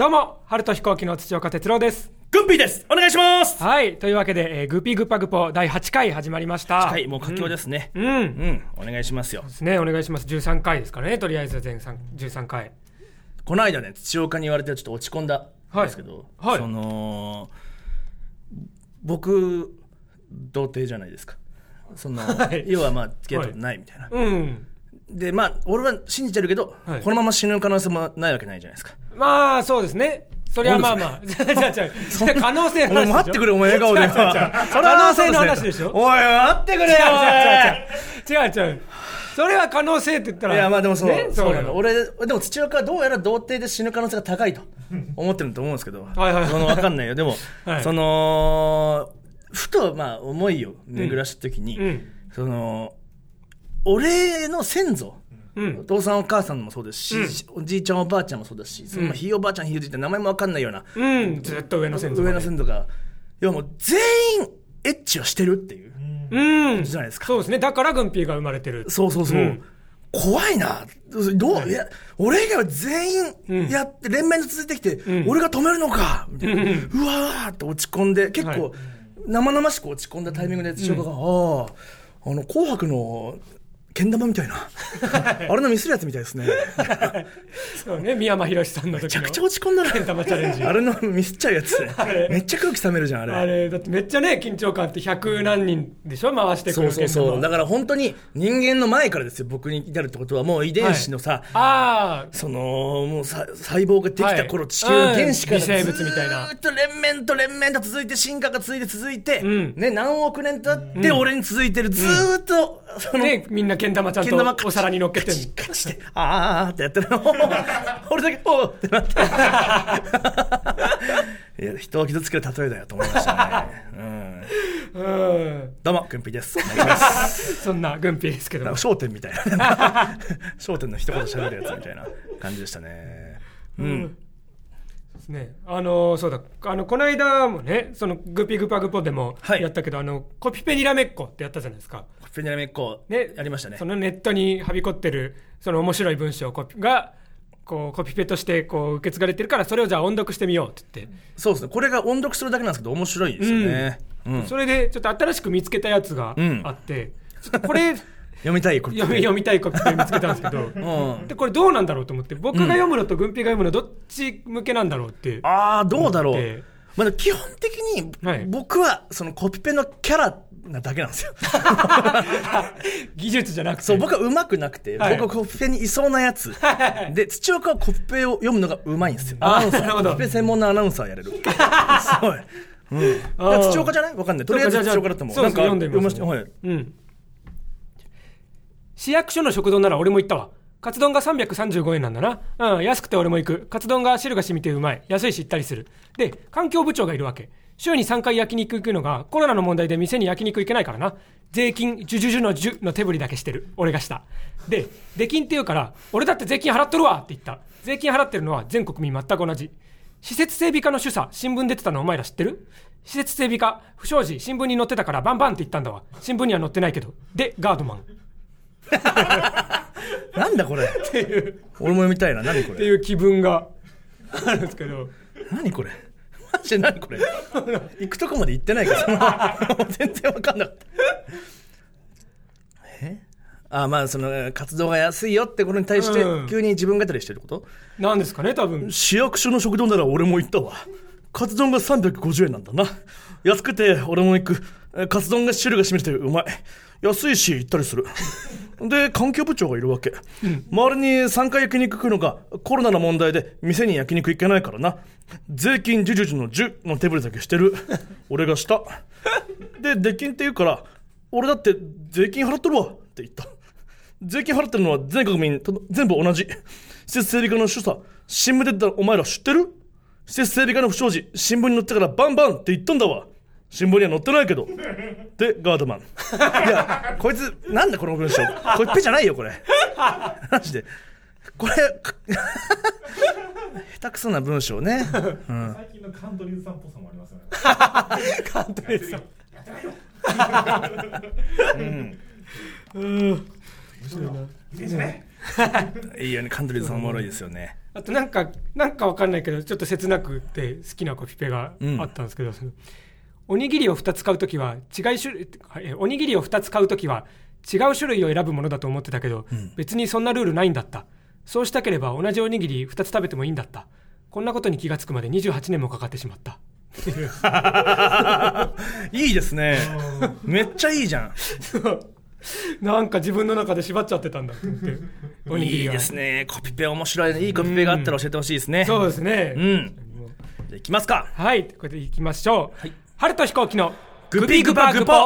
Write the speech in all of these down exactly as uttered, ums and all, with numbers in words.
どうも、春と飛行機の土岡哲郎です。 グンピーです。お願いします。 はい、というわけで、えー、グピグパグポだいはちかい始まりました。 はちかい、もう佳境ですね。うん、うん、うん、お願いしますよ。 ですね、お願いします。じゅうさんかいですかね、とりあえず全じゅうさんかい。 この間ね、土岡に言われてちょっと落ち込んだんですけど、はいはい、その僕童貞じゃないですか。その、はい、要はまあ付き合ったことないみたいな。はい、うん。でまあ俺は信じてるけど、はい、このまま死ぬ可能性もないわけないじゃないですか。 まあそうですね。それはまあまあじゃあじゃあ可能性の話でしょ。 お前待ってくれ、お前笑顔で可能性の話でしょ。 おい待ってくれよ。 違う違う違う違うそれは可能性って言ったら、 いやまあでもそう、ね、そうなの。俺でも土岡はどうやら童貞で死ぬ可能性が高いと思ってると思うんですけどはいはい、はい、その分かんないよ。でも、はい、そのふとまあ思いを巡らした時に、うんうん、その俺の先祖、うん、お父さんお母さんもそうですし、うん、おじいちゃんおばあちゃんもそうですし、うん、そのひいおばあちゃんひいおじいちゃん名前も分かんないような、 うん、ずっと上の先祖上の先祖がいやもう全員エッチをしてるっていう、 うん、 じゃないですか。 そうですね。だからグンピーが生まれてる。 そうそうそう、うん、怖いなどう、はい、いや俺以外は全員やって、うん、連綿と続いてきて、うん、俺が止めるのかみたいな、うん、うわーって落ち込んで結構、はい、生々しく落ち込んだタイミングで土岡が、うん、あああの紅白のけん玉みたいなあれのミスるやつみたいですねそうね、三山ひろしさんの時のめちゃくちゃ落ち込んだなけん玉チャレンジあれのミスっちゃうやつめっちゃ空気冷めるじゃんあれ。 あれだってめっちゃね緊張感あってひゃくなんにんでしょ回してくるけん玉。 そうそうそう。だから本当に人間の前からですよ僕に至るってことはもう遺伝子のさ、はい、あそのもうさ細胞ができた頃、はい、地球の原子からずーっと連綿と連綿と続いて進化が続いて続いて、うんね、何億年経って俺に続いてる、うん、ずーっとその、ね、 みんなけん玉ちゃんとお皿に乗っけてるカチカチしてあーってやってるの俺だけポーってなっていや人を傷つける例えだよと思いましたね、うんうん、どうもグンピーです。お願いしますそんなグンピーですけど笑点みたいな笑点の一言喋るやつみたいな感じでしたね。うん、うんですね、あのそうだあのこの間もねそのグピグパグポでもやったけど、はい、あのコピペにらめっこってやったじゃないですか。 コピペにらめっこ、ね、やりましたね。 そのネットにはびこってるその面白い文章コピがこうコピペとしてこう受け継がれてるからそれをじゃあ音読してみようって言って。 そうですね、これが音読するだけなんですけど面白いですよね、 うんうん、それでちょっと新しく見つけたやつがあって、うん、ちょっとこれ読みたいコピペ読みたいコピペ見つけたんですけど、うん、でこれどうなんだろうと思って僕が読むのとグンピーが読むのどっち向けなんだろうって、 うん、ああどうだろう、まあ、基本的に僕はそのコピペのキャラなだけなんですよ技術じゃなくて。 そう僕は上手くなくて、はい、僕はコピペにいそうなやつで土岡はコピペを読むのが上手いんですよ。アナウンサーコピペ専門のアナウンサーやれるすごい、うん、だから土岡じゃない分かんないとりあえず土岡だったもん。 そうです読んでみます、ねはい、うん市役所の食堂なら俺も行ったわ。カツ丼がさんびゃくさんじゅうごえんなんだな。うん、安くて俺も行く。カツ丼が汁が染みてうまい。安いし行ったりする。で、環境部長がいるわけ。週にさんかい焼肉行くのがコロナの問題で店に焼肉行けないからな。税金、ジュジュジュのジュの手振りだけしてる。俺がした。で、出金って言うから、俺だって税金払っとるわって言った。税金払ってるのは全国民全く同じ。施設整備課の主査、新聞出てたのお前ら知ってる？施設整備課、不祥事、新聞に載ってたからバンバンって言ったんだわ。新聞には載ってないけど。で、ガードマン。 なんだこれっていう俺も読みたいな。何これっていう気分があるんですけど何これマジで何これ行くとこまで行ってないからその全然分かんなかったえあまあその活動が安いよってことに対して急に自分語りしてること、 うん、なんですかね。多分市役所の食堂なら俺も行ったわ。カツ丼がさんびゃくごじゅうえんなんだな。安くて俺も行く。カツ丼が汁が染みてうまい。安いし行ったりするで環境部長がいるわけ、うん、周りにさんかい焼肉食うのがコロナの問題で店に焼肉行けないからな。税金ジュジュジュのジュの手振りだけしてる俺がしたで出金って言うから俺だって税金払っとるわって言った。税金払ってるのは全国民全部同じ。施設整備課の主査新聞出てたらお前ら知ってる？施設整備課の不祥事新聞に載ってからバンバンって言ったんだわ。新聞には載ってないけどでガードマンいやこいつなんだこの文章これペじゃないよこれマジでこれ下手くそな文章ね、うん、 最近のカントリーズさんっぽさもありますよねカントリーズさんやってないようんうん面白いな。いいですね。 いいよね、カントリーズさんおもろいですよね。 あとなんかなんかわかんないけどちょっと切なくて好きなコピペがあったんですけど、うん、そのおにぎりをふたつ買うときは違い種類おにぎりをふたつ買うときは違う種類を選ぶものだと思ってたけど、うん、別にそんなルールないんだった。そうしたければ同じおにぎりふたつ食べてもいいんだった。こんなことに気がつくまでにじゅうはちねんもかかってしまったいいですねめっちゃいいじゃんなんか自分の中で縛っちゃってたんだと思っておにぎりがいいですね。コピペ面白いね。いいコピペがあったら教えてほしいですね、うん、 そうですね、 うん、じゃあいきますか。 はい、これでいきましょう、はい、春と飛行機のグピグパグポ。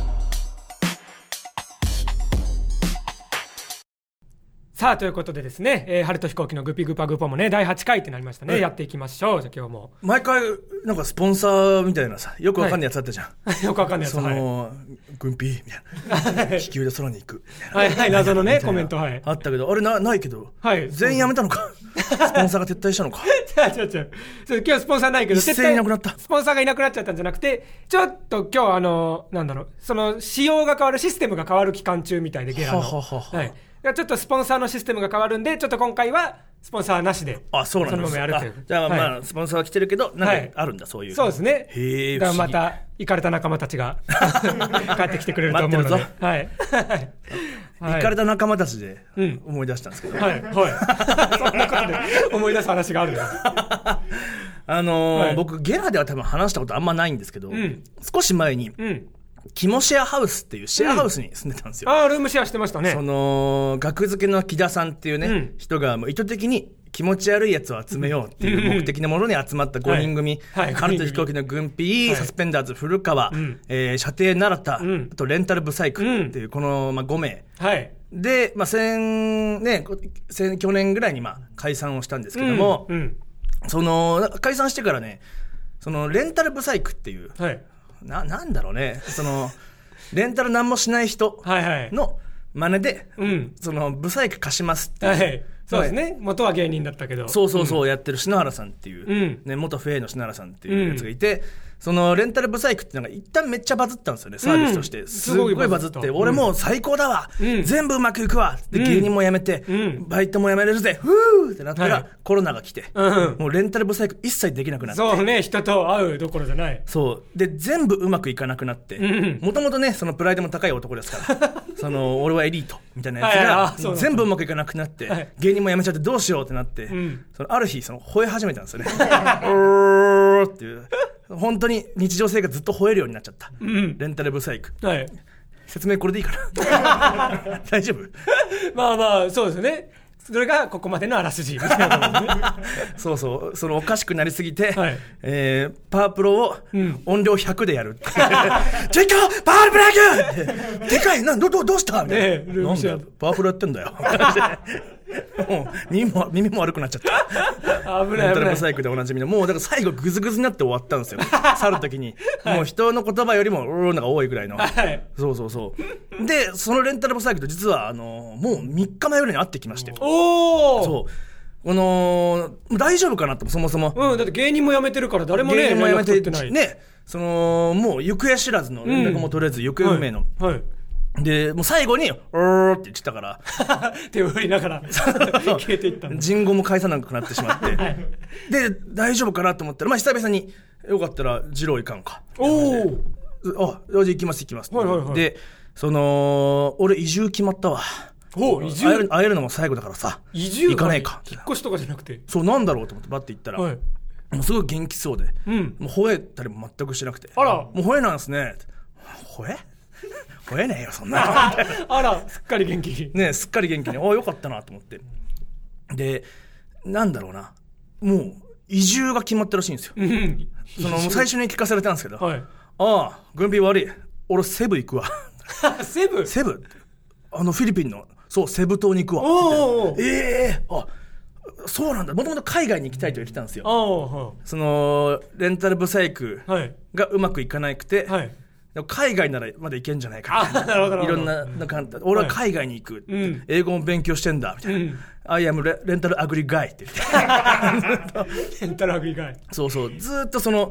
さあということでですね、えー、春と飛行機のグピグパグポもねだいはちかいってなりましたね、はい、やっていきましょう。じゃあ今日も毎回なんかスポンサーみたいなさよくわかんないやつあったじゃん、 はい、よくわかんないやつ、 その、はい、グンピーみたいな気球で空に行くはいはい謎のねコメント、はい、 あったけどあれ な, ないけど、はい、全員やめたのかスポンサーが撤退したのか違う違う違う今日スポンサーないけど一斉にいなくなった。 スポンサーがいなくなっちゃったんじゃなくてちょっと今日あのなんだろうその仕様が変わるシステムが変わる期間中みたいでゲラのはははは、はいちょっとスポンサーのシステムが変わるんでちょっと今回はスポンサーなしであそうなんです。 そのままやるという。 じゃあまあ、はい、スポンサーは来てるけどなんかあるんだ、はい、そういう。 そうですね。 へえ。 だからまたイカれた仲間たちが帰ってきてくれると思うので待ってるぞ。 はいイカれた仲間たちで思い出したんですけど、 うん、はいはいそんなことで思い出す話があるんですあのーはい、僕ゲラでは多分話したことあんまないんですけど、うん、少し前に、うんキモシェアハウスっていうシェアハウスに住んでたんですよ、 うん、ああルームシェアしてましたね。 その学付けの木田さんっていうね、うん、人がもう意図的に気持ち悪いやつを集めようっていう目的のものに集まったごにん組、はいはい、春と飛行機の軍備、はい、サスペンダーズ古川、うんえー、射程奈良田、うん、あとレンタルブサイクっていうこの、まあ、ごめい、はい、で、まあ先ね、先去年ぐらいにまあ解散をしたんですけども、うんうん、その解散してからねそのレンタルブサイクっていう、はいな, なんだろうねそのレンタル何もしない人の真似で、はいはい、そのブサイク貸しますっていう、はい、 そうですね元は芸人だったけどそうそうそう、うん、やってる篠原さんっていう、うんね、元フェイの篠原さんっていうやつがいて、うん、そのレンタルブサイクっていうのが一旦めっちゃバズったんですよねサービスとして、うん、すごいバズって、うん、俺もう最高だわ、うん、全部うまくいくわで芸人も辞めて、うん、バイトも辞めれるぜふーってなったら、はい、コロナが来て、うん、もうレンタルブサイク一切できなくなってそうね人と会うどころじゃないそうで全部うまくいかなくなってもともとねそのプライドも高い男ですからその俺はエリートみたいなやつが、はい、全部うまくいかなくなって、はい、芸人も辞めちゃってどうしようってなって、うん、そのある日その吠え始めたんですよねおーっていう本当に日常生活ずっと吠えるようになっちゃった、うん、レンタルブサイク、はい、説明これでいいかな大丈夫まあまあそうですねそれがここまでのあらすじみたいなことですねそうそうそのおかしくなりすぎて、はいえー、パワープロを音量ひゃくでやる、うん、チェイカーパワープロでかいな ど, ど, どうしたみたいな、ね、ルームシェアパワープロやってんだよもう耳 も, 耳も悪くなっちゃった危ない危ないレンタルブサイクでおなじみのもうだから最後グズグズになって終わったんですよ去る時に、はい、もう人の言葉よりもうーのが多いぐらいの、はい、そうそうそうでそのレンタルブサイクと実はあのもうみっかまえぐらいに会ってきましておおそうあのー、大丈夫かなとそもそも、 うん、だって芸人も辞めてるから誰もね芸人も辞めてってないねそのもう行方知らずの連絡も取れず、うん、行方不明の、はいはいでもう最後に「おー」って言ってたから手を振りながら消えていったんだ人語も返さなくなってしまって、はい、で大丈夫かなと思ったら、まあ、久々によかったら二郎行かんかおおあじゃあ行きます行きます、はいはいはい、でその俺移住決まったわお移住会える、会えるのも最後だからさ移住行かねえか引っ越しとかじゃなくてそうなんだろうと思ってバッて行ったら、はい、もうすごい元気そうで、うん、もう吠えたりも全くしてなくてあらもう吠えなんですね吠え吠えねえよそんなあらすっかり元気にねすっかり元気にああよかったなと思ってでなんだろうなもう移住が決まったらしいんですよ、うん、その最初に聞かされたんですけど、はい、ああ軍備悪い俺セブ行くわセブセブあのフィリピンのそうセブ島に行くわおーええー、あそうなんだもともと海外に行きたいと言ってたんですよそのレンタルブサイクがうまくいかなくて、はい海外ならまだ行けんじゃないかみたい な, な, いろんななんか俺は海外に行く、はい、英語も勉強してんだみたいな、うん、I am レンタルアグリガイって言ってレンタルアグリガイそうそうずっとその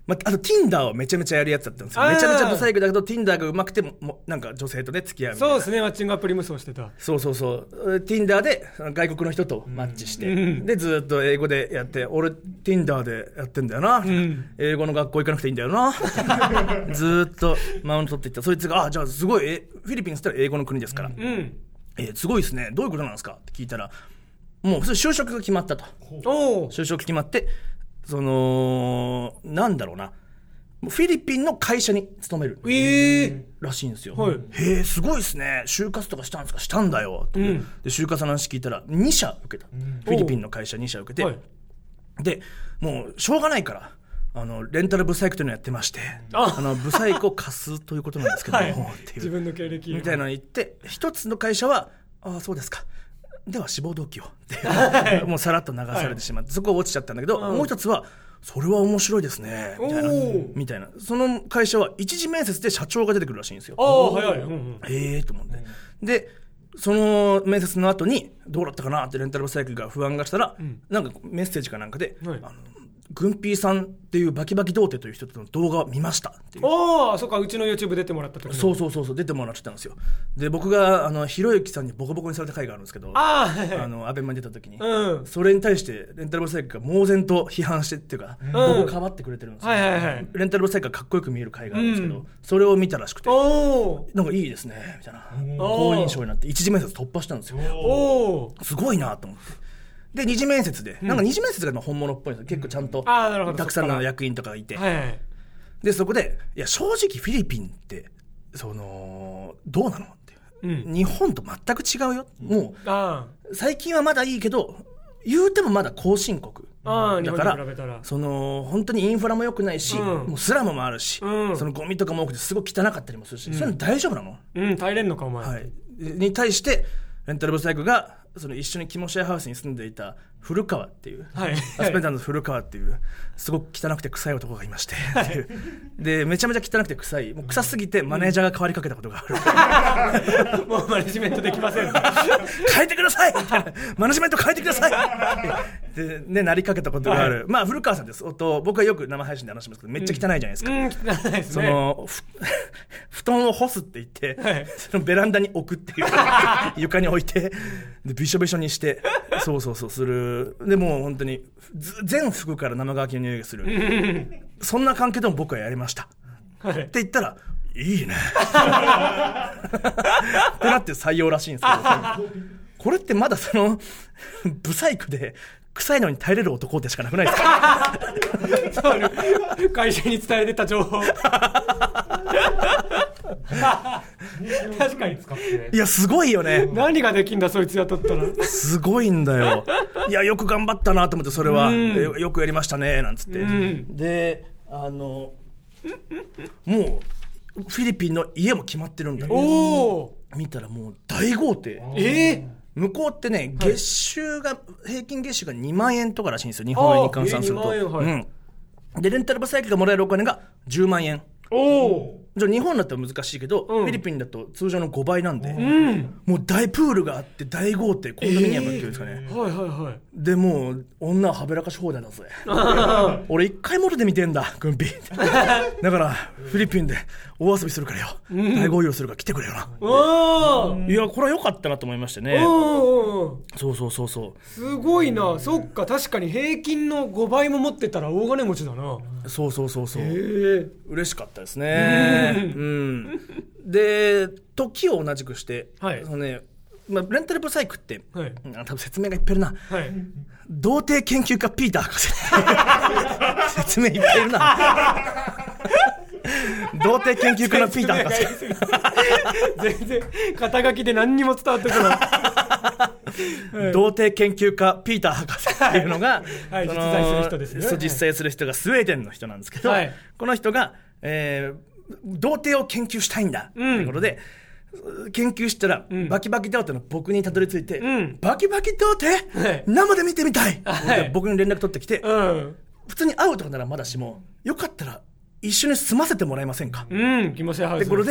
まあ、あと Tinder をめちゃめちゃやるやつだったんですよ。めちゃめちゃブサイクだけど Tinder が上手くてもなんか女性とね付き合うみたいな。 そうですね、マッチングアプリ無双してた。 そうそうそう Tinder で外国の人とマッチして、うん、でずっと英語でやって、俺 Tinder でやってんだよな、うん、英語の学校行かなくていいんだよなずっとマウント取っていった。そいつがあじゃあすごいフィリピンって言ったら英語の国ですから、うんえー、すごいですね、どういうことなんですかって聞いたら、もう就職が決まったと。就職決まって、そのなんだろうな、フィリピンの会社に勤める、えー、らしいんですよ、はい、へえすごいですね、就活とかしたんですか。したんだよって、うん、で就活の話聞いたらに社受けた、うん、フィリピンの会社に社受けて、はい、でもうしょうがないからあのレンタルブサイクというのをやってまして、ああのブサイクを貸すということなんですけども、はい、っていう自分の経歴みたいなの言って、一つの会社はああそうですか、では志望動機をってもうさらっと流されてしまって、はい、そこ落ちちゃったんだけど、うん、もう一つはそれは面白いですねみたいなみたいな。その会社は一次面接で社長が出てくるらしいんですよ。 ああ早い、うんうん、 ええと思って、うん、でその面接の後にどうだったかなってレンタルブサイクが不安がしたら、うん、なんかメッセージかなんかで、はい、あのグンピーさんっていうバキバキ童貞という人との動画を見ましたっていう。 ああそっか、うちの YouTube 出てもらった時。 そうそうそうそう出てもらってたんですよ。で僕があのひろゆきさんにボコボコにされた回があるんですけど、 ああのアベマに出た時に、 うん、 それに対してレンタルブサイクが猛然と批判してっていうか、うん、僕をかばってくれてるんですよ、 はいはいはい、 レンタルブサイクがかっこよく見える回があるんですけど、うん、それを見たらしくて、おなんかいいですねみたいな好印象になって一次面接突破したんですよ。おすごいなと思って。で二次面接で、うん、なんか二次面接が本物っぽいんですよ。結構ちゃんとたくさんの役員とかがいて、はいはい、でそこでいや正直フィリピンってそのどうなのって、うん、日本と全く違うよ、うん、もうあ最近はまだいいけど言うてもまだ後進国あだからその本当にインフラも良くないし、うん、もうスラムもあるし、うん、そのゴミとかも多くてすごく汚かったりもするし、うん、それ大丈夫なの、 うん、耐えれんのかお前、 はい、に対してレンタルブサイクがその一緒にキモシェアハウスに住んでいた古川っていう、はい、アスペンダーの古川っていうすごく汚くて臭い男がいまして、はい、でめちゃめちゃ汚くて臭い、もう臭すぎてマネージャーが変わりかけたことがある、うん、もうマネジメントできません変えてくださいマネジメント変えてくださいで、ね、なりかけたことがある、はい、まあ古川さんです。と僕はよく生配信で話しますけどめっちゃ汚いじゃないですか、 うんうん、汚いですね。 その布団を干すって言って、はい、そのベランダに置くっていう床に置いてでびしょびしょにしてそうそうそうする。でもう本当に全服から生乾きの匂いがするそんな関係でも僕はやりました、はい、って言ったらいいねってなって採用らしいんですけどこれってまだそのブサイクで臭いのに耐えれる男でしかなくないですかそう会社に伝えてた情報確かに使っていやすごいよね。 何ができんだそいつ雇ったら。 すごいんだよ。いやよく頑張ったなと思って、それは、うん、よくやりましたねなんつって、うん、であのもうフィリピンの家も決まってるんだけど見たらもう大豪邸。 えー向こうってね月収が、はい、平均月収がにまんえんとからしいんですよ、日本円に換算すると、えーはいうん、でレンタルブサイクがもらえるお金がじゅうまんえん。 おじゃあ日本だったら難しいけど、うん、フィリピンだと通常のごばいなんで、 うん、 もう大プールがあって大豪邸コンドミニアムっていうんですかね、 えー、はいはいはい。 でもう女ははべらかし放題だぜ俺一回もろで見てんだグンピだからフィリピンで大遊びするからよ、うん、大豪遊するから来てくれよな。 おいやこれは良かったなと思いましてね。 おそうそうそうそうすごいな。そっか確かに平均のごばいも持ってたら大金持ちだな。 そうそうそうそう、 えー、 嬉しかったですね、うん、で時を同じくして、はい、そのねまあ、レンタルブサイクって、はい、多分説明がいっぱいいるな、はい、童貞研究家ピーター博士説明いっぱいいるな童貞研究家のピーター博士全然肩書きで何にも伝わってこない童貞研究家ピーター博士っていうのが、 はい、その実在する人ですね。 そう実在する人がスウェーデンの人なんですけど、はい、この人が、えー、童貞を研究したいんだっていうことで、うん、研究したら、うん、バキバキ童貞の僕にたどり着いて、うん、バキバキ童貞、はい、生で見てみたい、はい、僕に連絡取ってきて、うん、普通に会うとかならまだしもよかったら一緒に住ませてもらえませんか、 うん、気持ちいいハウスってことで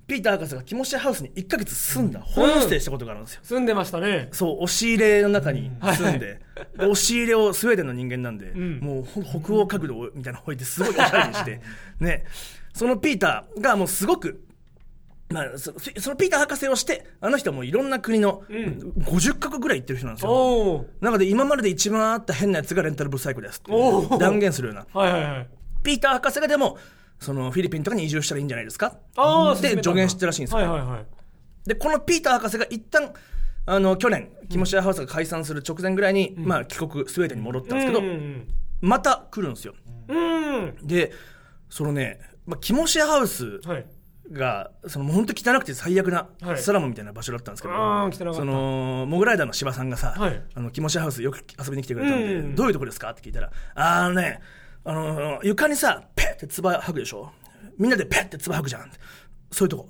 ピーター博士がキモシアハウスにいっかげつ住んだ、ホームステイしたことがあるんですよ、 うん、住んでましたね。 そう押し入れの中に住んで、うん、で押し入れをスウェーデンの人間なんで、うん、もう北欧角度みたいなの置いてすごいおしゃれにしてね、そのピーターがもうすごく、まあ、そ, そのピーター博士をしてあの人はもういろんな国のごじゅっかこくぐらい行ってる人なんですよ、うん、なので今までで一番あった変なやつがレンタルブサイクですって断言するような、はいはいはい、ピーター博士がでもそのフィリピンとかに移住したらいいんじゃないですかって助言してるらしいんですよ、はいはいはい、でこのピーター博士が一旦あの去年キモシアハウスが解散する直前ぐらいに、うんまあ、帰国スウェーデンに戻ったんですけど、うんうんうん、また来るんですよ、うん、でそのね、まあ、キモシアハウスが、はい、その本当汚くて最悪なスラムみたいな場所だったんですけど、はい、そのモグライダーの柴さんがさ、はい、あのキモシアハウスよく遊びに来てくれたんで、うん、どういうとこですかって聞いたら、あのねあの床にさペッって唾吐くでしょ、みんなでペッって唾吐くじゃん、そういうとこ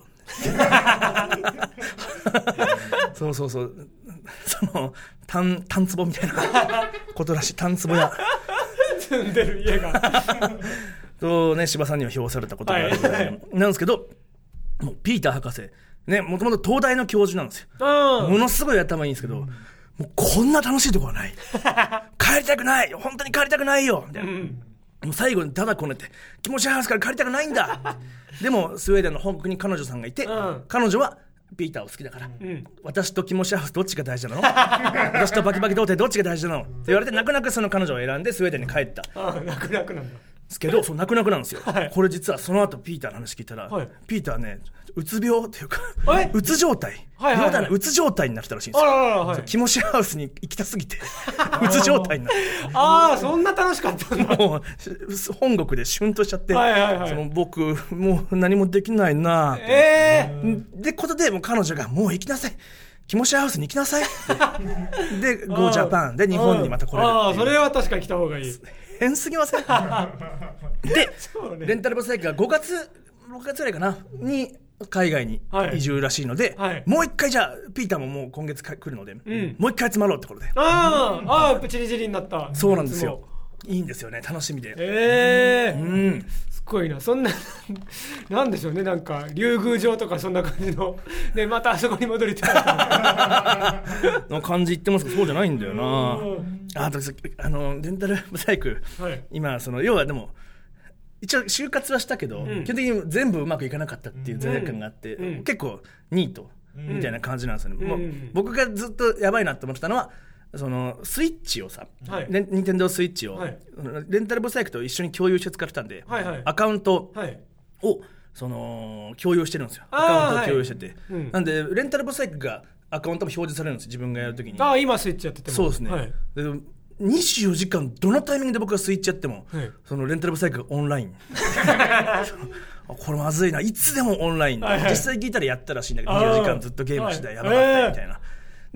そうそうそうそのタンタンツボみたいなことらしい、タンツボや住んでる家がとね柴さんには評されたことがあるぐらいなんですけど、もうピーター博士ねもともと東大の教授なんですよ、ものすごい頭いいんですけど、うん、もうこんな楽しいとこはない帰りたくない本当に帰りたくないよみたいな、うんもう最後にただこねてキモシアハウスから帰りたくないんだでもスウェーデンの本国に彼女さんがいて、うん、彼女はピーターを好きだから、うん、私とキモシアハウスどっちが大事なの私とバキバキ童貞どっちが大事なのって言われて泣く泣くその彼女を選んでスウェーデンに帰ったああ泣く泣くなんだですけどそう泣く泣くなんですよ、はい、これ実はその後ピーターの話聞いたら、はい、ピーターねうつ病っていうかうつ状態、はいはいはい、うつ状態になってたらしいんですよ、はい、キモシアハウスに行きたすぎてうつ状態になってああそんな楽しかったんだもう本国でシュンとしちゃって、はいはいはい、その僕もう何もできないなって、えー、でことでもう彼女がもう行きなさいキモシアハウスに行きなさいってで Go Japan で日本にまた来れるああそれは確かに来た方がいい変すぎませんで、ね、レンタルバスサイクがごがつろくがつぐらいかなに海外に移住らしいので、はいはい、もう一回じゃあピーターももう今月来るので、うん、もう一回集まろうってことでああプチリジリになったそうなんですよいいんですよね楽しみでええー、うんすごいなそんななんでしょうねなんか竜宮城とかそんな感じのでまたあそこに戻りたいの感じ言ってますけどそうじゃないんだよなあとあのレンタルブサイク、はい、今その要はでも一応就活はしたけど、うん、基本的に全部うまくいかなかったっていう罪悪感があって、うん、結構ニートみたいな感じなんですよね、うん、もう僕がずっとやばいなと思ってたのはそのスイッチをさ、はい、ニンテンドースイッチを、はい、レンタルブサイクと一緒に共有して使ってたんで、はいはい、アカウントを、はい、その共有してるんですよアカウントを共有してて、はいうん、なんでレンタルブサイクがアカウントも表示されるんです自分がやるときにあ今スイッチやっててもそうですね、はい、でにじゅうよじかんどのタイミングで僕がスイッチやっても、はい、そのレンタルブサイクがオンラインこれまずいないつでもオンラインで、はいはい、実際聞いたらやったらしいんだけどにじゅうよじかんずっとゲームしてやばかったみたいな、はい、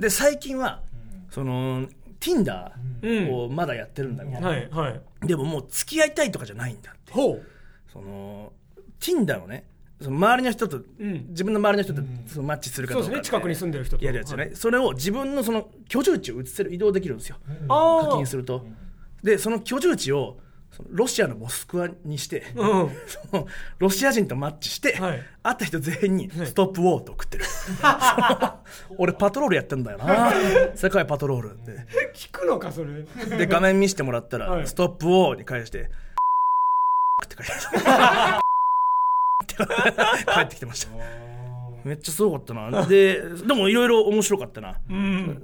で最近はその Tinder をまだやってるんだみたいな、うんはいはい、でももう付き合いたいとかじゃないんだってほうその Tinder をねその周りの人と、うん、自分の周りの人とそのマッチするかどうかそうですね近くに住んでる人とやるやつじゃない、はい、それを自分のその居住地を移せる移動できるんですよ、うん、課金するとでその居住地をそのロシアのモスクワにして、うん、そのロシア人とマッチして、はい、会った人全員にストップウォーと送ってる、はい、俺パトロールやってんだよな世界パトロールって聞くのかそれで画面見せてもらったら、はい、ストップウォーに返してって書いてある帰ってきてましためっちゃすごかったなででもいろいろ面白かったな、うん、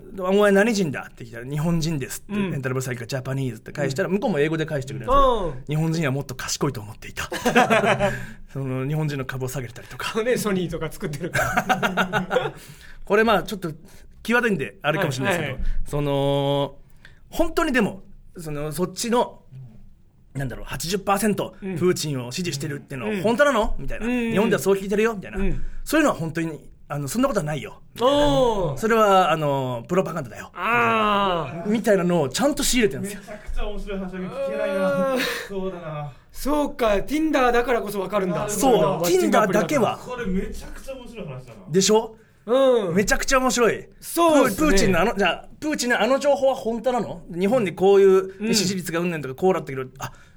お前何人だって聞いたら日本人ですって、うん、レンタルブサイクがジャパニーズって返したら、うん、向こうも英語で返してくれるんですよ、うん、日本人はもっと賢いと思っていたその日本人の株を下げたりとか、 ね、ソニーとか作ってるからこれまあちょっと際どいんであれかもしれないですけど、はいはいはい、その本当にでも そのそっちのなんだろう はちじゅっパーセント プーチンを支持してるっていうのは本当なのみたいな、うん、日本ではそう聞いてるよみたいな、うん、そういうのは本当にあのそんなことはないよおそれはあのプロパガンダだよあみたいなのをちゃんと仕入れてるんですよめちゃくちゃ面白い話だけど聞けないなそうだなそうか Tinder だからこそ分かるんだそう Tinder だけはこれめちゃくちゃ面白い話だなでしょうん、めちゃくちゃ面白いそうですね、プーチンのあのじゃあプーチンのあの情報は本当なの日本にこういう支持率がうんねんとかこうだったけど、うん、あ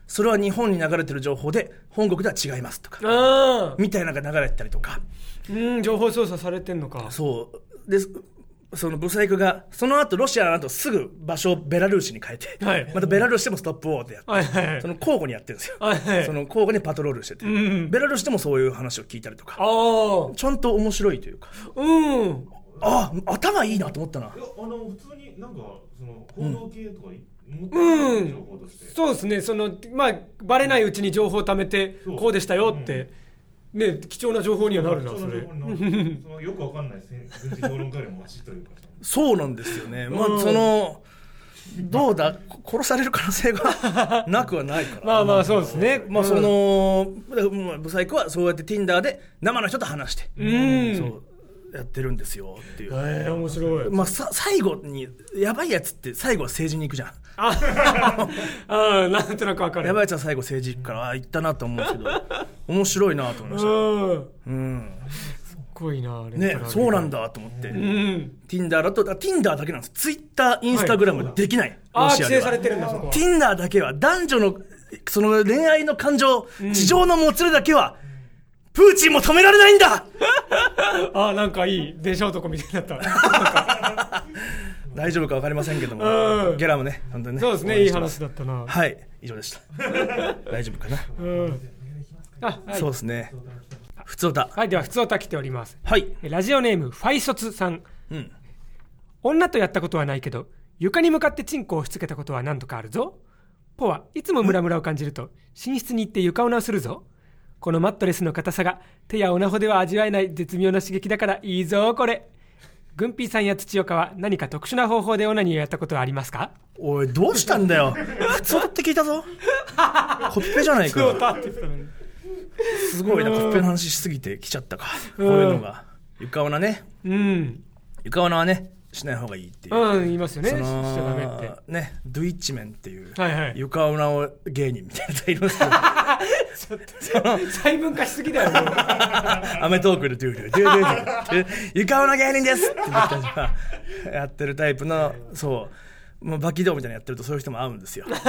それは日本に流れてる情報で本国では違いますとかあみたいなのが流れてたりとか、 うん情報操作されてんのか。 そうでそのブサイクがその後ロシアの後すぐ場所をベラルーシに変えて、 はい、 またベラルーシでもストップウォーでやって、 はいはい、 その交互にやってるんですよ、 はいはい、 その交互にパトロールしてて、うん、ベラルーシでもそういう話を聞いたりとか、 あちゃんと面白いというか、 うんあ頭いいなと思ったな。いやあの普通になんかその報道系とか、 うんうん、情報としてそうですね、そのまあバレないうちに情報を貯めてこうでしたよって、うんね、貴重な情報にはなるなそれ。 そのよくわかんない軍事評論家よりもマシというかそうなんですよね、まあ、そのどうだ殺される可能性がなくはないからまあまあそうですね、 まあそのブサイクはそうやって Tinder で生の人と話して、うん、そうやってるんですよっていう、 えー、面白い、 まあ、さ最後にやばいやつって最後は政治に行くじゃんああなんとなく分かる。 やばいやつは最後政治行くから行ったなと思うんですけど面白いなと思いました。うん、 すごいなね、そうなんだと思って、うん、Tinder だと Tinder だけなんです。 Twitter、Instagram できない、 はい、 ロシアでは。 あ規制されてるんだそこは。 Tinder だけは男女のその恋愛の感情、うん、地上のもつれだけはプーチンも止められないんだあなんかいい電車男みたいになった大丈夫か分かりませんけども、うん、ゲラもね本当にねそうですねいい話だったな。 はい以上でした大丈夫かな、うんあはい、そうですね。ふつおた。 はい、ではふつおた来ております。 はい。 ラジオネームファイソツさん、うん、女とやったことはないけど床に向かってチンコを押し付けたことは何度かあるぞ。ポはいつもムラムラを感じると寝室に行って床を直するぞ。このマットレスの硬さが手やオナホでは味わえない絶妙な刺激だからいいぞこれ。グンピーさんや土岡は何か特殊な方法でオナニーをやったことはありますか？ おいどうしたんだよふつおたって聞いたぞコピペじゃないか。すごいな、コッペの話しすぎてきちゃったか、こういうのが。床オナね、うん、床オナはねしない方がいいっていう、 うん、言いますよね。しちゃダメってね。ドゥイッチメンっていう、 はいはい、 床オナを芸人みたいな人いるんですけどちょっと細分化しすぎだよねアメトークでドゥドゥドゥドゥ床オナ芸人ですって言ったじゃんやってるタイプの、そうもうバキドーみたいなのやってるとそういう人も会うんですよ、うん、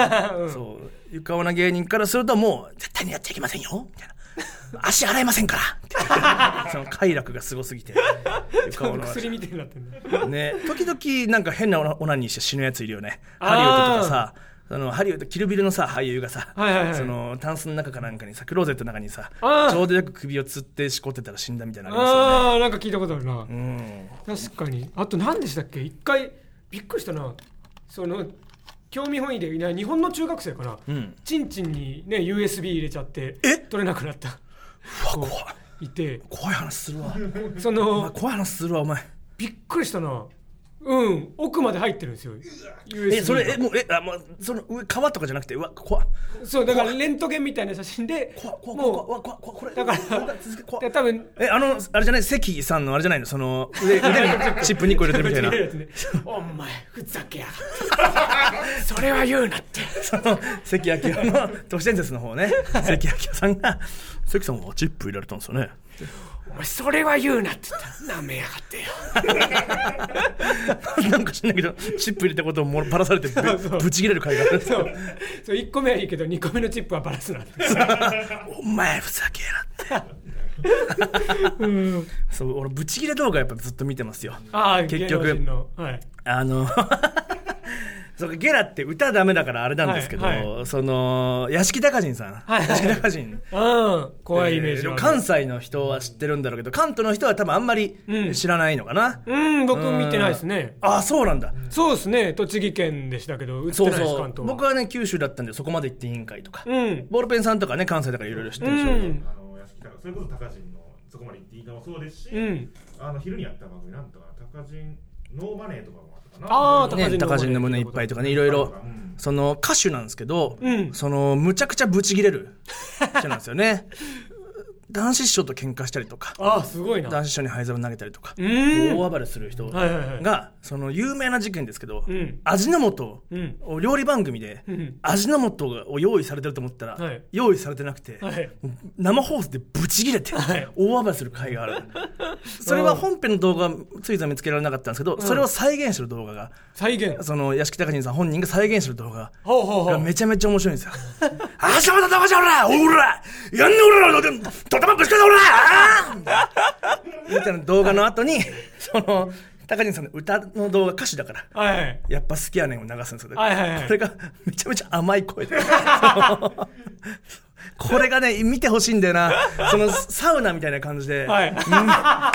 そう床オナ芸人からするともう絶対にやっちゃいけませんよみたいな足洗えませんからその快楽がすごすぎて床オナ薬みたいになってるね。時々なんか変なオナニーして死ぬやついるよね。ハリウッドとかさ、あのハリウッドキルビルのさ俳優がさ、はいはいはい、そのタンスの中かなんかにさクローゼットの中にさちょうどよく首をつってしこってたら死んだみたいなのありますよね。 ああなんか聞いたことあるな、うん、確かに。あと何でしたっけ一回びっくりしたな、その興味本位で日本の中学生かな、うん、チンチンにね ユーエスビー 入れちゃって取れなくなったうわ怖いて怖い話するわその怖い話するわお前。 びっくりしたな。うん奥まで入ってるんですよ ユーエスビーえそれえもうえあもうその上皮とかじゃなくてうわ怖っ。 そうだからレントゲンみたいな写真で怖っ怖っ怖っ怖っ怖っ怖っこれだから多分えあのあれじゃない関さんのあれじゃないのその腕腕にチップにこ入れてるみたいなお前ふざけやがってそれは言うなってその関明夫の都市伝説の方ね関明夫さんが関さんはチップ入れられたんですよね。 お前それは言うなって言ったらなめやがってよなんか知んないけどチップ入れたことをばらされてぶち切れる回がある。 そうそういっこめはいいけどにこめのチップはばらすなってお前ふざけやなってうん、そう俺ブチ切れ動画やっぱずっと見てますよ。 あ結局芸能人の、はい、 あのそうゲラって歌ダメだからあれなんですけど、はいはい、その屋敷隆人さん、はいはい、屋敷隆人、 うん、怖いイメージは、 えー、関西の人は知ってるんだろうけど関東の人は多分あんまり知らないのかな。 うん、うん、僕見てないですね。 あそうなんだ。 そうですね栃木県でしたけど売ってないです。 そうそう関東は僕はね九州だったんでそこまで行って委員会とか、うん、ボールペンさんとかね関西だからいろいろ知ってるでしょう、うん、 あの屋敷隆それこそ高人のそこまで行っていいかもそうですし、うん、あの昼にやった番組なんとか高人ノーマネーとかもああ、ね、高人の胸いっぱいとかねいろいろ、うん、その歌手なんですけど、うん、そのむちゃくちゃブチギレる人なんですよね男子師匠と喧嘩したりとかあすごいな。 男子師匠に灰皿投げたりとか大暴れする人が、はいはいはい、その有名な事件ですけど、うん、味の素を料理番組で、うん、味の素を用意されてると思ったら、はい、用意されてなくて、はい、生放送でブチギレて、はい、大暴れする回があるそれは本編の動画はついぞ見つけられなかったんですけど、うん、それを再現してる動画が再現その屋敷隆人さん本人が再現してる動画ほうほうほうがめちゃめちゃ面白いんですよあしゃまだだまじゃおらおらやんねおらドタマぶちかだおらみたいな動画の後にその高人さんの歌の動画歌詞だから、 はいはい、 やっぱ好きやねんを流すんですよ、 はいはいはい、 これがめちゃめちゃ甘い声でこれがね見てほしいんだよなそのサウナみたいな感じで、はい、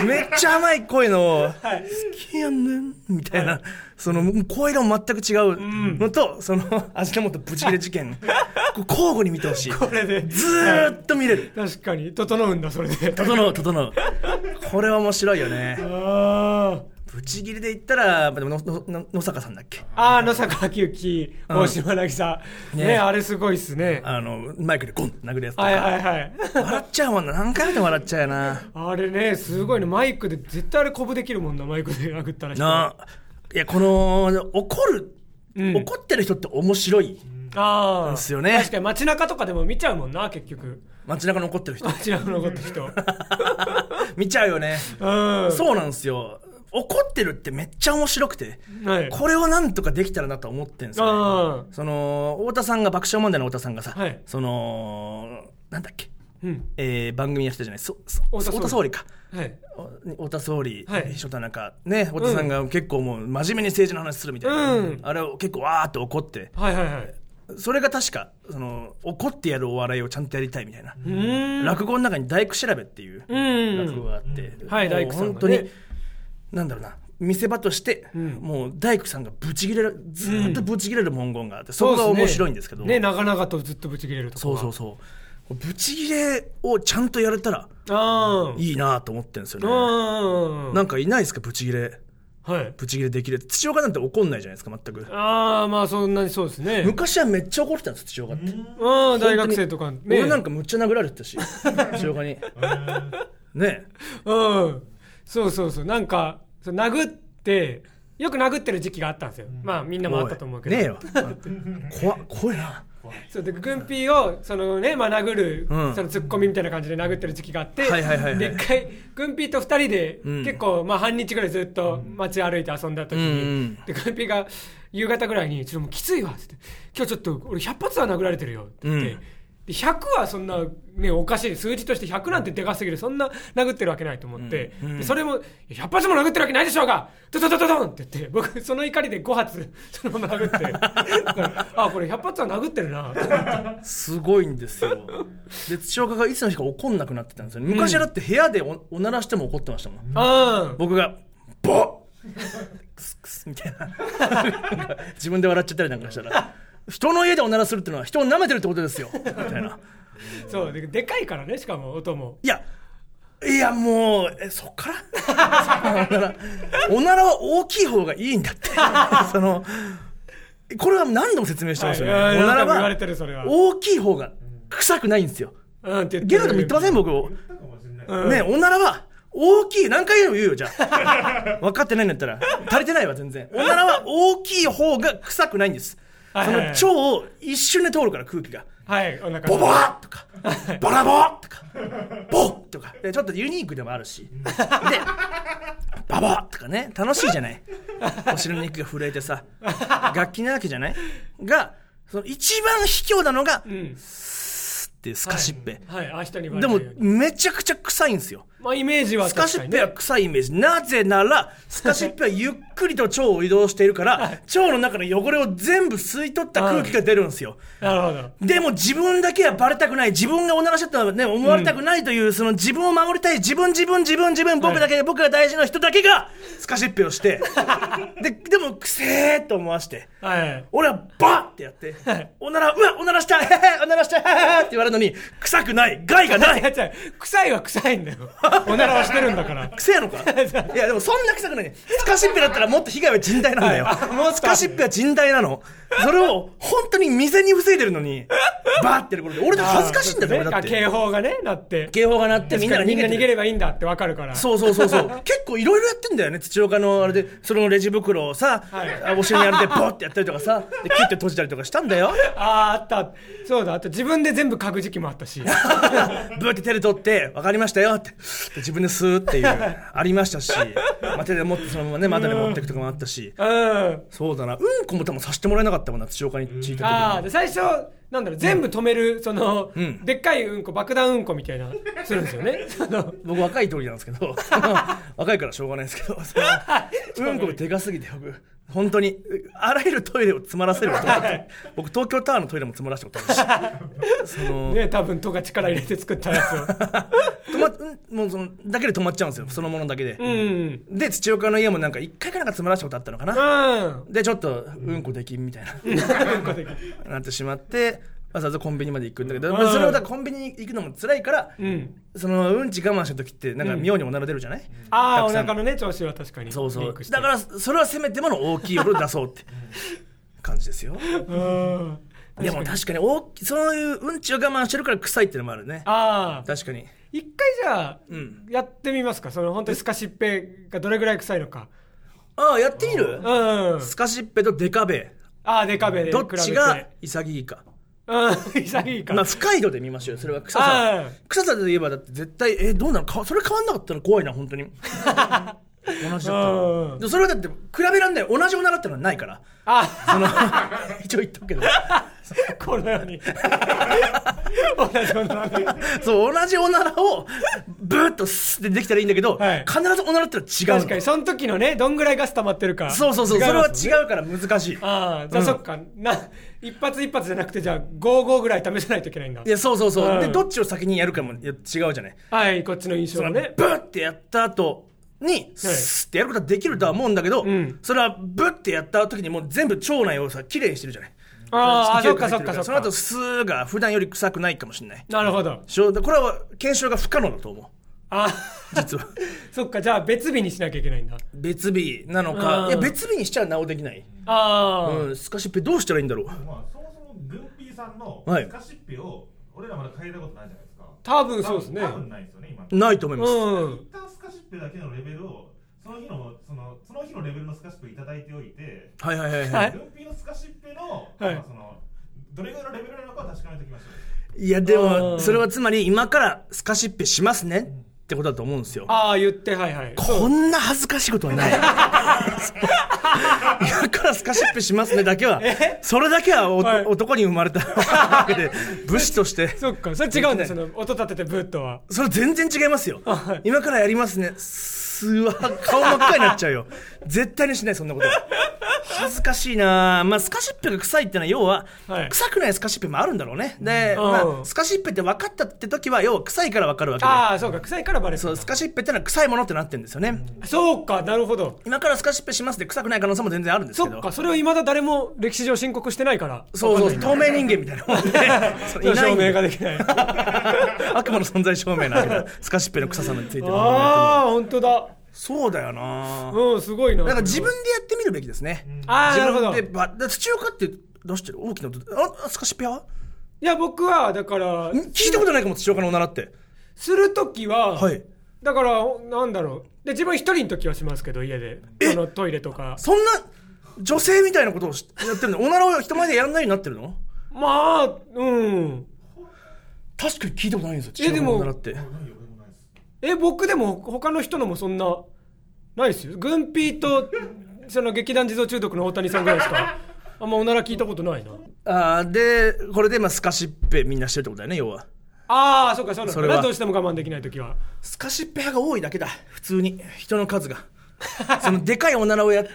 めっちゃ甘い声の、はい、好きやねんみたいな、はい、その声色も全く違うのと、うん、その味の素ブチ切れ事件交互に見てほしいこれでずーっと見れる、 はい、確かに整うんだそれで整う整うこれは面白いよねあブチギレで言ったらでものの野坂さんだっけああ野坂昭之大島渚、うん、ね, ねあれすごいっすねあのマイクでゴン殴るやつとかはいはいはい笑っちゃうもんな何回見ても笑っちゃうよなあれねすごいねマイクで絶対あれ鼓舞できるもんなマイクで殴ったらないやこの怒る、うん、怒ってる人って面白いあですよね確かに街中とかでも見ちゃうもんな結局街中の怒ってる人街中の怒ってる人見ちゃうよね、うん、そうなんですよ怒ってるってめっちゃ面白くて、はい、これをなんとかできたらなと思ってるんですよね。その太田さんが爆笑問題の太田さんがさ、はい、そのなんだっけ、うんえー、番組やってたじゃないそそ太田総理か、はい、太田総理、はい、秘書田中ね太田さんが結構もう真面目に政治の話するみたいな、うん、あれを結構わーって怒って、はいはいはい、それが確かその怒ってやるお笑いをちゃんとやりたいみたいな落語の中に大工調べっていう落語があって、うん、はい大工さんがね本当になんだろうな見せ場として、うん、もう大工さんがブチギレるずっとブチギレる文言があって、うん、そこが面白いんですけどね, ね長々とずっとブチギレるとこそうそうそうブチギレをちゃんとやれたらいいなと思ってるんですよね。なんかいないですかブチギレ、はい、ブチギレできる土岡なんて怒んないじゃないですか全く。 ああまあそんなにそうですね。 昔はめっちゃ怒ってたんです土岡ってあ大学生とか、ね、 俺なんかむっちゃ殴られてたし土岡にねうんそうそうそうなんか殴ってよく殴ってる時期があったんですよ、うん、まあみんなもあったと思うけどねえよ怖怖いなそうで軍ピーをそのね、まあ、殴る、うん、そのツッコミみたいな感じで殴ってる時期があって、はいはいはいはい、で一回軍ピーと二人で、うん、結構まあ半日ぐらいずっと街歩いて遊んだ時に、うん、で軍ピーが夕方ぐらいにちょっともうきついわってって今日ちょっと俺ひゃっ発は殴られてるよって言って、うんでひゃくはそんな、ね、おかしい数字としてひゃくなんてでかすぎるそんな殴ってるわけないと思って、うんうん、でそれもひゃっ発も殴ってるわけないでしょうがドドドドドンって言って僕その怒りでご発そのまま殴ってあこれひゃっ発は殴ってるなすごいんですよ。で土岡がいつの日か怒んなくなってたんですよ、ね、昔はだって部屋で お, おならしても怒ってましたもん、うん、僕がボックスクスみたいな自分で笑っちゃったりなんかしたら人の家でおならするってのは人を舐めてるってことですよみたいなそう で, でかいからねしかも音もいやいやもうえそっからおならおならは大きい方がいいんだってそのこれは何度も説明してますよね、はい、おならは大きい方が臭くないんですよ、うん、ゲラとも言ってません僕、うん、ねおならは大きい何回でも言うよじゃあ分かってないんだったら足りてないわ全然おならは大きい方が臭くないんです。その腸を一瞬で通るから空気が、はい、お腹ボボーとかボラボーとかボッとかでちょっとユニークでもあるしでバボーとかね楽しいじゃないお尻の肉が震えてさ楽器なわけじゃないがその一番卑怯なのが、うん、スーっていうスカシッペ、はいはい、人にでもめちゃくちゃ臭いんですよ。 まあ、イメージは確かに、ね、スカシッペは臭いイメージなぜならスカシッペはゆっくりと腸を移動しているから腸の中の汚れを全部吸い取った空気が出るんですよ。 なるほど。 でも自分だけはバレたくない自分がおならしてたのはね思われたくないという、うん、その自分を守りたい自分自分自分自分僕だけ、はい、僕が大事な人だけがスカシッペをしてで, でもくせーと思わして、はい、俺はバッってやって、はい、おならうわおならしたいおならしたいって言われるのに臭くない害がない臭いは臭いんだよおならはしてるんだから臭やのかいやでもそんな臭くないスカシッペだったらもっと被害は甚大なんだよ、はい、もうスカシッペは甚大なのそれを本当に未然に防いでるのにバーってやることで俺だって恥ずかしいんだよ、ね、 俺だって警報がね鳴って警報が鳴ってみんなが逃げ逃げればいいんだって分かるからそうそうそうそう結構いろいろやってんだよね。土岡のあれでそのレジ袋をさ、はい、お尻にあれでポッてやったりとかさ、で切って閉じたりとかしたんだよ。 あーあった、そうだ、あと自分で全部書く時期もあったしブーって手で取って分かりましたよって自分でスーっていうありましたし、まあ、手で持ってそのままね股で持っていくとかもあったし、うん、そうだな、うんこも多分させてもらえなかったもんな、土岡に聞いた時に。 あで最初なんだろう、全部止める、その、うん、でっかいうんこ、爆弾うんこみたいなするんですよね僕若い通りなんですけど若いからしょうがないですけどうんこがでかすぎて僕本当にあらゆるトイレを詰まらせることがあって僕東京タワーのトイレも詰まらせたことあるしそのね、多分都が力入れて作ったやつを止ま、もうそのだけで止まっちゃうんですよ、そのものだけで、うん、で土岡の家もなんか一回かなんか詰まらせたことあったのかな、うん、でちょっとうんこできんみたいななってしまってわざわざコンビニまで行くんだけど、うん、それをだコンビニに行くのも辛いから、うん、そのうんち我慢した時ってなんか妙におなら出るじゃない、うん、 ああお腹のね調子は確かにそうそうだからそれはせめてもの大きい音で出そうって感じですようんでも確かに大きそういううんちを我慢してるから臭いっていうのもあるね。ああ確かに一回じゃあ、うん、やってみますか、その本当にスカシッペがどれぐらい臭いのか。 ああやってみる、うん、スカシッペとデカベああデカベでどっちが潔いか。 うん潔いか、 まあ、深い度で見ましょうよ。それは臭さ臭さで言えばだって絶対えどうなのか、それ変わんなかったら怖いな本当に同じだったらそれはだって比べらんない、同じおならってのはないから。あその一応言っとくけどこのように同じおならそう同じおならをブーッとスッてできたらいいんだけど、はい、必ずおならってのは違うの。 確かにその時のねどんぐらいガス溜まってるか。 そうそうそう、ね、それは違うから難しい。 ああじゃあ、うん、そっかな一発一発じゃなくてじゃあごごぐらい試さないといけないんだ。 いやそうそうそう、うん、でどっちを先にやるかも違うじゃない。 はいこっちの印象はねブーッてやった後にスッてやることはできるとは思うんだけど、うん、それはブッてやった時にもう全部腸内をさきれいにしてるじゃない。 ああそっかそっかそっか。 その後スーが普段より臭くないかもしれない。 なるほど。 これは検証が不可能だと思う。あ実はそっかじゃあ別日にしなきゃいけないんだ。 別日なのか、いや別日にしちゃなおできない。ああ、うん、スカシッペどうしたらいいんだろう。まあ、 そもそもグンピーさんのスカシッペを、はい、俺らまだ変えたことないじゃないですか。 多分そうですね。 多分ないですよね今。 ないと思います。 うん、一旦スカシッペだけのレベルをその日のそのその日のレベルのスカシッペをいただいておいて、 はいはいはいはい。 グンピーのスカシッペの、はい、まあ、そのどれぐらいのレベルなのかは確かめておきましょう。いやでもそれはつまり今からスカシッペしますねってことだと思うんですよ。 ああ言ってはいはい。 こんな恥ずかしいことはない。今からスカシッペしますねだけはそれだけは、はい、男に生まれたわけで武士としてそっかそれ違うんだ、その音立ててブッとは。 それ全然違いますよ。今からやりますねすわ顔真っ赤になっちゃうよ絶対にしないそんなこと。恥ずかしいな。まあスカシッペが臭いってのは要は、はい、臭くないスカシッペもあるんだろうね。で、まあ、スカシッペって分かったって時は要は臭いから分かるわけで。 ああそうか臭いからバレる。 そうスカシッペってのは臭いものってなってるんですよね、 うん、そうかなるほど。 今からスカシッペしますで臭くない可能性も全然あるんですけど。 そっかそれを未だ誰も歴史上申告してないから。 そうそう透明人間みたいなもんで証明ができない悪魔の存在証明なんだけどスカシッペの臭さについては。 ああ本当だ。 そうだよな。 うんすごいな。 だから自分でやってみるべきですね、うん、 ああなるほど。 自分でば土岡って出してる大きな音。あスカシッペはいや僕はだから聞いたことないかも土岡のおならってするときは、はい、だからなんだろうで自分一人の時はしますけど家でそのトイレとか。 そんな女性みたいなことをやってるのおならを人前でやらないようになってるの。 まあうん確かに聞いたことないんですよ土岡のおならって。 え僕でも他の人のもそんなないですよ。グンピーとその劇団地蔵中毒の大谷さんぐらいですかあんまおなら聞いたことないな。 あーでこれでまあスカシッペみんなしてるってことだよね要は。 ああそうかそうなんだ。どうしても我慢できないときはスカシッペ派が多いだけだ普通に人の数がそのでかいおならをやって、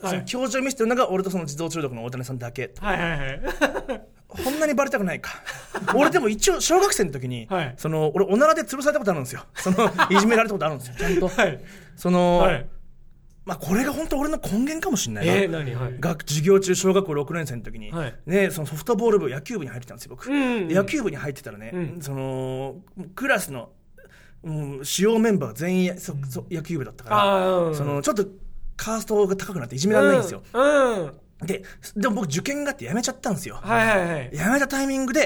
はい、その表情を見せてるのが俺とその地蔵中毒の大谷さんだけ。 はいはいはいこんなにバレたくないか俺でも一応小学生の時に、はい、その俺おならで潰されたことあるんですよ。そのいじめられたことあるんですよちゃんと、はい、その、はい、まあこれが本当俺の根源かもしれないな、 えー何はい、 学授業中小学校ろくねん生の時に、はいね、そのソフトボール部野球部に入ってたんですよ僕、うんうん、野球部に入ってたらね、うん、そのクラスの、うん、主要メンバー全員そそ野球部だったから、うん、そのちょっとカーストが高くなっていじめられないんですよ、うんうんで, でも僕受験があって辞めちゃったんですよ、はいはいはい、辞めたタイミングで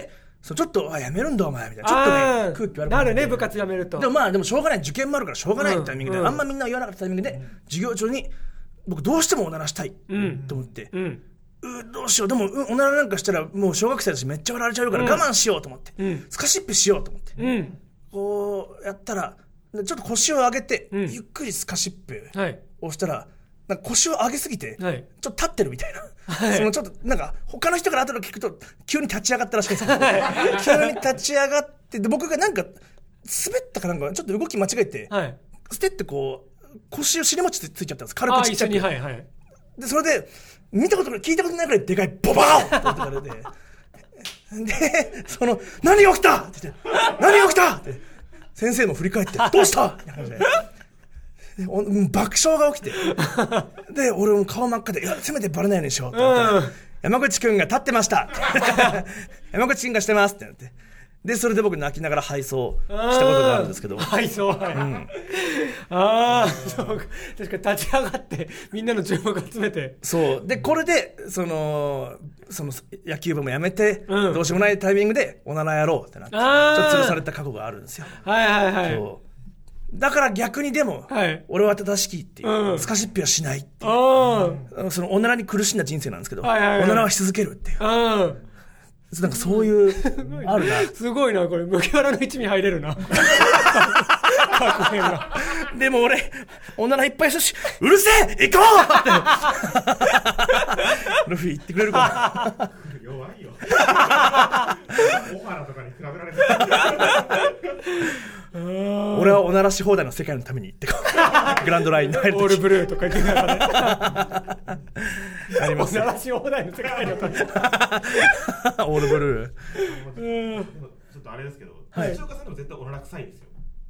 そうちょっとあやめるんだお前みたいなちょっとね空気悪くなるね部活やめると。 でもまあでもしょうがない受験もあるからしょうがないタイミングで、 うん、 あんまみんな言わなかったタイミングで、うん、授業中に僕どうしてもおならしたい、うん、と思って、うん、うどうしようでも、うん、おならなんかしたらもう小学生だしめっちゃ笑われちゃうから我慢しようと思って、うん、スカシップしようと思って、うん、こうやったらちょっと腰を上げて、うん、ゆっくりスカシップをしたら、はい、なんか腰を上げすぎて、はい、ちょっと立ってるみたいな、はい、そのちょっとなんか他の人から後で聞くと急に立ち上がったらしいんですよ、はい、急に立ち上がってで僕がなんか滑ったかなんかちょっと動き間違えて、はい、ステってこう腰を尻餅ついちゃったんです軽くちっちゃく、はいはい、でそれで見たことない聞いたことないくらいでかいボバーンって音が出てでその何が起きたって言って何が起きたって先生も振り返ってどうしたみたいな感じでで爆笑が起きてで俺も顔真っ赤でいやせめてバレないようにしようって言ったら、うん、山口くんが立ってました山口くんがしてますってなってでそれで僕泣きながら配送したことがあるんですけど配送はい、うん、ああそうか確かに立ち上がってみんなの注目集めてそうでこれでそのその野球部もやめて、うん、どうしようもないタイミングでおならやろうってなってちょっと吊るされた過去があるんですよはいはいはいそうだから逆にでも、はい、俺は正しきっていう、うん、スカシップはしないっていう、そのおならに苦しんだ人生なんですけど、はいはいはい、おならはし続けるっていう、なんかそういうあるなすごいなこれ麦わらの一味入れるなでも俺おならいっぱいしたしうるせえ行こうルフィ言ってくれるかな弱いよ小原とかに比べられて俺はおならし放題の世界のために行ってこうグランドラインの入るオールブルーとか言ってながらあります、 ね、おならし放題の世界のためにオールブルーちょっとあれですけど、はい、土岡さんでも絶対おなら臭いですよ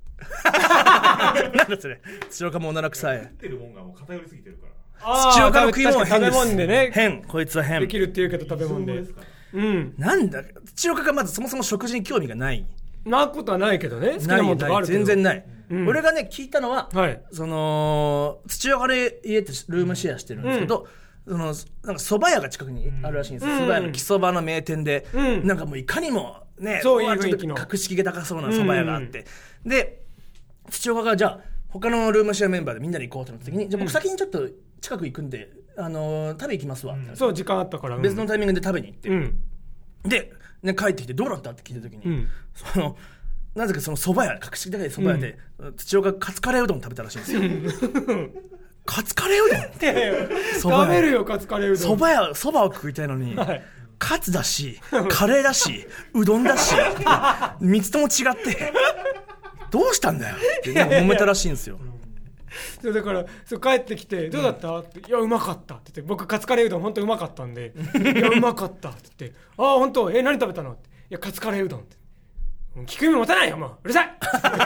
なんだそれ土岡もおなら臭い食ってるもんがもう偏りすぎてるから土岡の食い物は変です食べ物でね変こいつは変できるって言うけど食べ物でうん、なんだ土岡がまずそもそも食事に興味がないなことはないけどね好きなものとかあるけど全然ない、うん、俺がね聞いたのは、はい、その土岡の家ってルームシェアしてるんですけど、うん、そのなんか蕎麦屋が近くにあるらしいんですよ、うん、蕎麦屋の木蕎麦の名店で、うん、なんかもういかにもねそういう雰囲気の格式が高そうな蕎麦屋があって、うん、で土岡がじゃあ他のルームシェアメンバーでみんなで行こうとなった時に、うん、じゃあ僕先にちょっと近く行くんで、あのー、食べ行きますわ、うん、 そう時間あったから、うん、 別のタイミングで食べに行って、うん、で、ね、帰ってきてどうなったって聞いた時に、うん、そのなぜかその蕎麦屋格式高い蕎麦屋で、うん、土岡がカツカレーうどん食べたらしいんですよカツカレーうどんって食べるよカツカレーうどん蕎麦屋蕎麦を食いたいのに、はい、カツだしカレーだしうどんだしみっつとも違ってどうしたんだよって揉めたらしいんですよそうだからそう帰ってきてどうだった、うん、っていやうまかったって言って僕カツカレーうどん本当にうまかったんでいやうまかったって言ってああ本当え何食べたのっていやカツカレーうどんって聞く意味持たないよもううるさい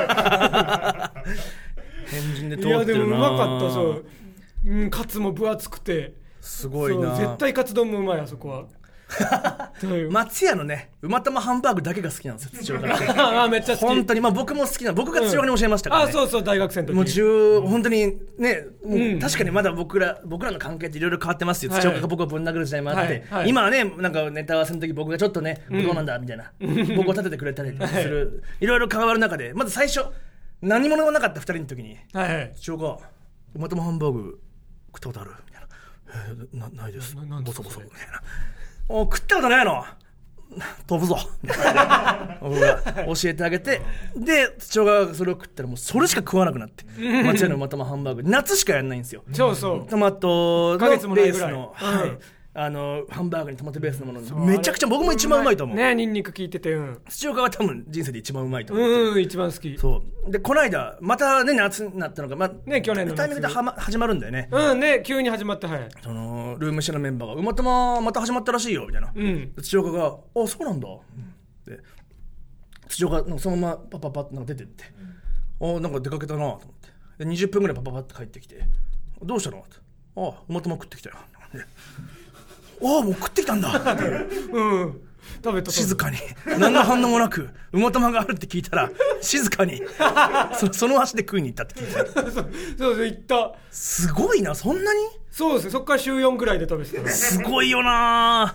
変人で通ってるな。いやでもうまかったそう、うん、カツも分厚くてすごいな絶対カツ丼もうまいあそこは松屋のねうま玉ハンバーグだけが好きなんですよ土岡があめっちゃ好き本当に、まあ、僕も好きな僕が土岡に教えましたからね、 うん、あそうそう大学生の時もう十本当にねもう、うん、確かにまだ僕ら僕らの関係っていろいろ変わってますよ、はい、土岡が僕をぶん殴る時代もあって、はいはい、今はねなんかネタ合わせの時僕がちょっとね、うん、どうなんだみたいな僕を立ててくれたりする、はい、いろいろ変わる中でまず最初何者もなかったふたりの時に、はいはい、土岡うま玉ハンバーグ食ったことあるみたいな、えー、なないですボソボソみたいなお食ったことないの飛ぶぞ僕が教えてあげてで土岡がそれを食ったらもうそれしか食わなくなって松屋のうま玉ハンバーグ夏しかやんないんですよそうそうトマトのベースの、 うん、 はいあのハンバーグにトマトベースのものめちゃくちゃ僕も一番うまいと思うねニンニク効いてて、うん、 土岡は多分人生で一番うまいと思ううん一番好きそうでこの間またね夏になったのが、まあ、 ね去年のタイミングでは、ま、始まるんだよねうんね急に始まってはいそのルームシェアのメンバーがうまたままた始まったらしいよみたいな、うん、土岡があそうなんだ、うん、で土岡がそのままパパパッと出てって、うん、あなんか出かけたなと思ってでにじゅっぷんぐらいパパパッと帰ってきてどうしたのってあうまたま食ってきたよでああもう食ってきたんだうん食べた静かに何の反応もなくうま玉があるって聞いたら静かに そ, その足で食いに行ったって聞いたそうそうそう行ったすごいなそんなにそうですねそっから週よんぐらいで食べてたすごいよな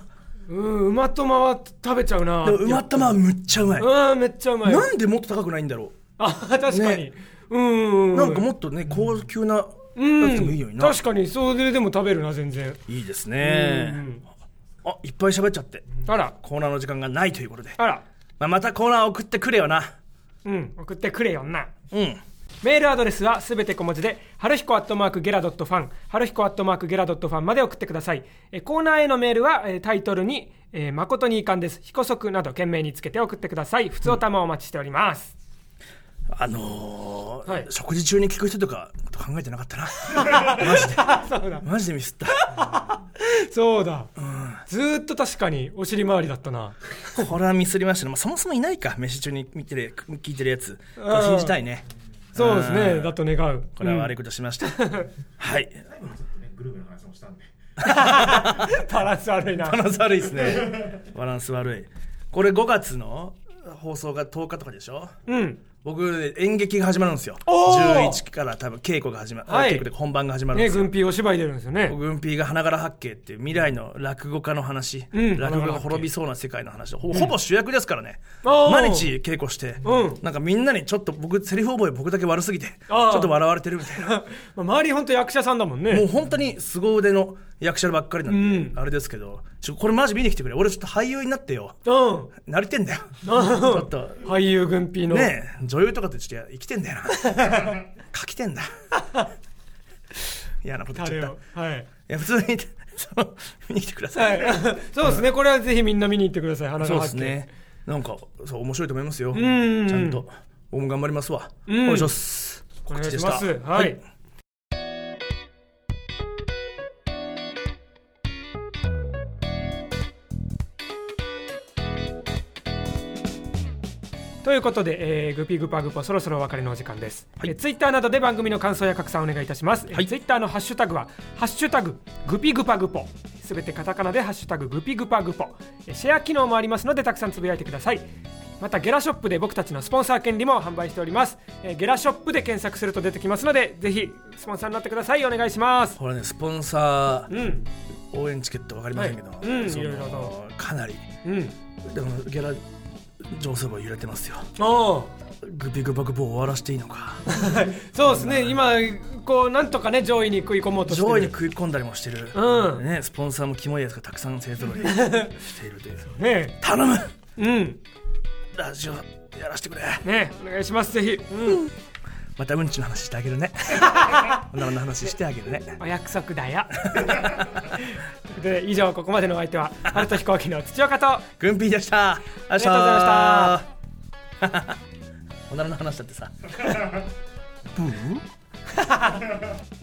うん馬とまは食べちゃうな。 でも馬とまはむっちゃうまい。 うんめっちゃうまい。 なんでもっと高くないんだろう。 あ確かに、 ね、 うんなんかもっとね高級なやつでもいいようにな、 うん、確かにそれでも食べるな全然。 いいですね、うん、あいっぱい喋っちゃって、 あらコーナーの時間がないということで、 あら、 まあ、またコーナー送ってくれよな。 うん送ってくれよな。 うんメールアドレスはすべて小文字ではるひこアットマークゲラドットファンはるひこアットマークゲラドットファンまで送ってください。えコーナーへのメールはえタイトルに、えー、誠に遺憾です非姑息など懸命につけて送ってください。普通おたまお待ちしております、 うん、あのーはい、 食事中に聞く人とか考えてなかったなマジでそうだマジでミスったそうだ、 うん、 ずーっと確かにお尻周りだったな。 これはミスりましたね、まあ、そもそもいないか飯中に見てる聞いてるやつ信じたいね。 そうですね、だと願う。 これは悪いことしました、うん、はいグルメの話もしたんでバランス悪いな。 バランス悪いですねバランス悪い。これごがつの放送がとおかとかでしょ。 うん僕演劇が始まるんですよ。 おーじゅういちから多分稽古が始まる、はい、稽古で本番が始まるんですよ、 ね、軍ピーお芝居出るんですよね。 軍ピーが花柄八景っていう未来の落語家の話、うん、落語が滅びそうな世界の話、ほぼ、うん、ほぼ主役ですからね。毎日稽古して、うん、なんかみんなにちょっと僕セリフ覚え僕だけ悪すぎてちょっと笑われてるみたいな周り本当役者さんだもんね。 もう本当に凄腕の役者ばっかりなんで、うん、あれですけどちょこれマジ見に来てくれ。俺ちょっと俳優になってよ、うん、なりてんだよちょっと俳優軍ピーのねえ女優とかってちょっと生きてんだよな書きてんだ嫌なこと言っちゃった、はい、いや普通にそう見に来てください、 はい、そうですね。これはぜひみんな見に行ってください。花そうですね。なんかそう面白いと思いますよ。うんちゃんと僕も頑張りますわ。お願いします。 お願いします。はい、はいということで、えー、グピグパグポそろそろお別れのお時間です、はい。えー、ツイッターなどで番組の感想や拡散お願いいたします、はい。ツイッターのハッシュタグはハッシュタググピグパグポ、すべてカタカナでハッシュタググピグパグポ、シェア機能もありますのでたくさんつぶやいてください。またゲラショップで僕たちのスポンサー権利も販売しております、えー、ゲラショップで検索すると出てきますのでぜひスポンサーになってください。お願いします。 これねスポンサー、うん、応援チケット分かりませんけど、はい、うん、 いろいろとかなり、うん、でもゲラ上層部揺れてますよ。グピグパグポ終わらせていいのかそうですね。今こうなんとかね上位に食い込もうとしてる。 上位に食い込んだりもしてる、うんね、スポンサーもキモいやつがたくさん勢ぞろいしているというね。頼む、うん、ラジオやらせてくれね。お願いしますぜひ、うん、 またうんちの話してあげるね女の話してあげるね。 お約束だよで以上ここまでのお相手は春と飛行機の土岡とグンピーでした。ありがとうございましたおならの話だってさブー